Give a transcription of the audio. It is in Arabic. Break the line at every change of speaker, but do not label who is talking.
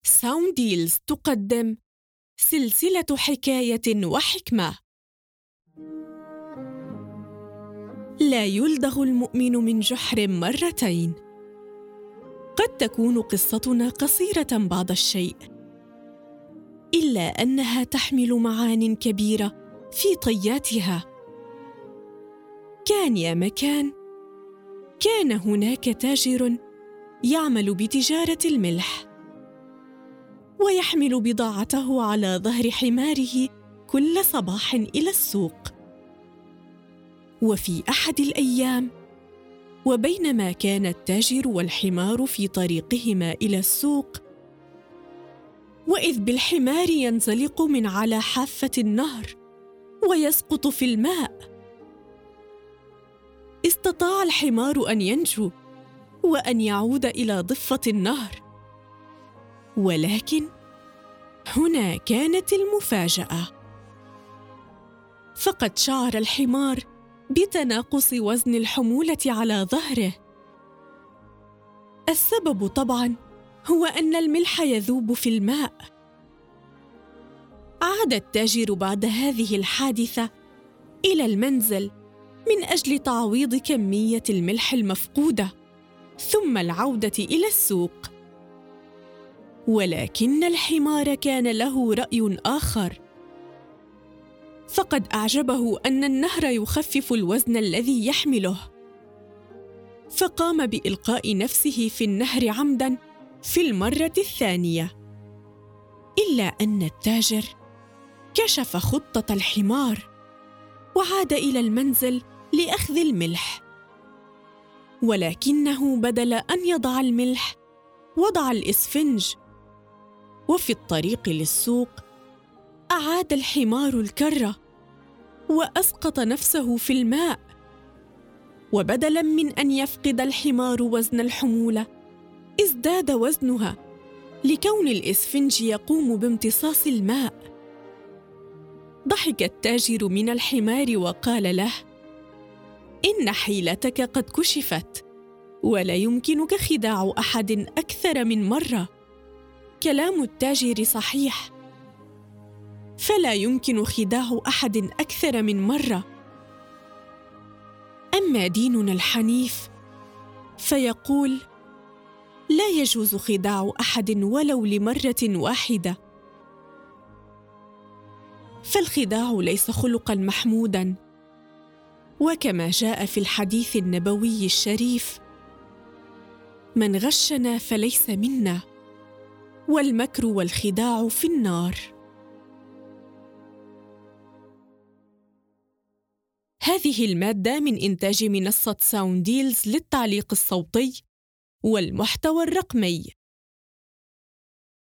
ساونديلز تقدم سلسلة حكاية وحكمة. لا يلدغ المؤمن من جحر مرتين. قد تكون قصتنا قصيرة بعض الشيء، إلا أنها تحمل معان كبيرة في طياتها. كان يا مكان، كان هناك تاجر يعمل بتجارة الملح، ويحمل بضاعته على ظهر حماره كل صباح إلى السوق. وفي أحد الأيام، وبينما كان التاجر والحمار في طريقهما إلى السوق، وإذ بالحمار ينزلق من على حافة النهر ويسقط في الماء. استطاع الحمار أن ينجو وأن يعود إلى ضفة النهر، ولكن هنا كانت المفاجأة. فقد شعر الحمار بتناقص وزن الحمولة على ظهره. السبب طبعاً هو أن الملح يذوب في الماء. عاد التاجر بعد هذه الحادثة إلى المنزل من أجل تعويض كمية الملح المفقودة، ثم العودة إلى السوق. ولكن الحمار كان له رأي آخر، فقد أعجبه أن النهر يخفف الوزن الذي يحمله، فقام بإلقاء نفسه في النهر عمداً في المرة الثانية. إلا أن التاجر كشف خطة الحمار وعاد إلى المنزل لأخذ الملح، ولكنه بدل أن يضع الملح وضع الإسفنج. وفي الطريق للسوق أعاد الحمار الكرة وأسقط نفسه في الماء، وبدلاً من أن يفقد الحمار وزن الحمولة، ازداد وزنها لكون الإسفنج يقوم بامتصاص الماء. ضحك التاجر من الحمار وقال له: إن حيلتك قد كشفت، ولا يمكنك خداع أحد أكثر من مرة. كلام التاجر صحيح، فلا يمكن خداع أحد أكثر من مرة. أما ديننا الحنيف فيقول: لا يجوز خداع أحد ولو لمرة واحدة. فالخداع ليس خلقاً محموداً، وكما جاء في الحديث النبوي الشريف: من غشنا فليس منا، والمكر والخداع في النار. هذه المادة من إنتاج منصة ساونديلز للتعليق الصوتي والمحتوى الرقمي.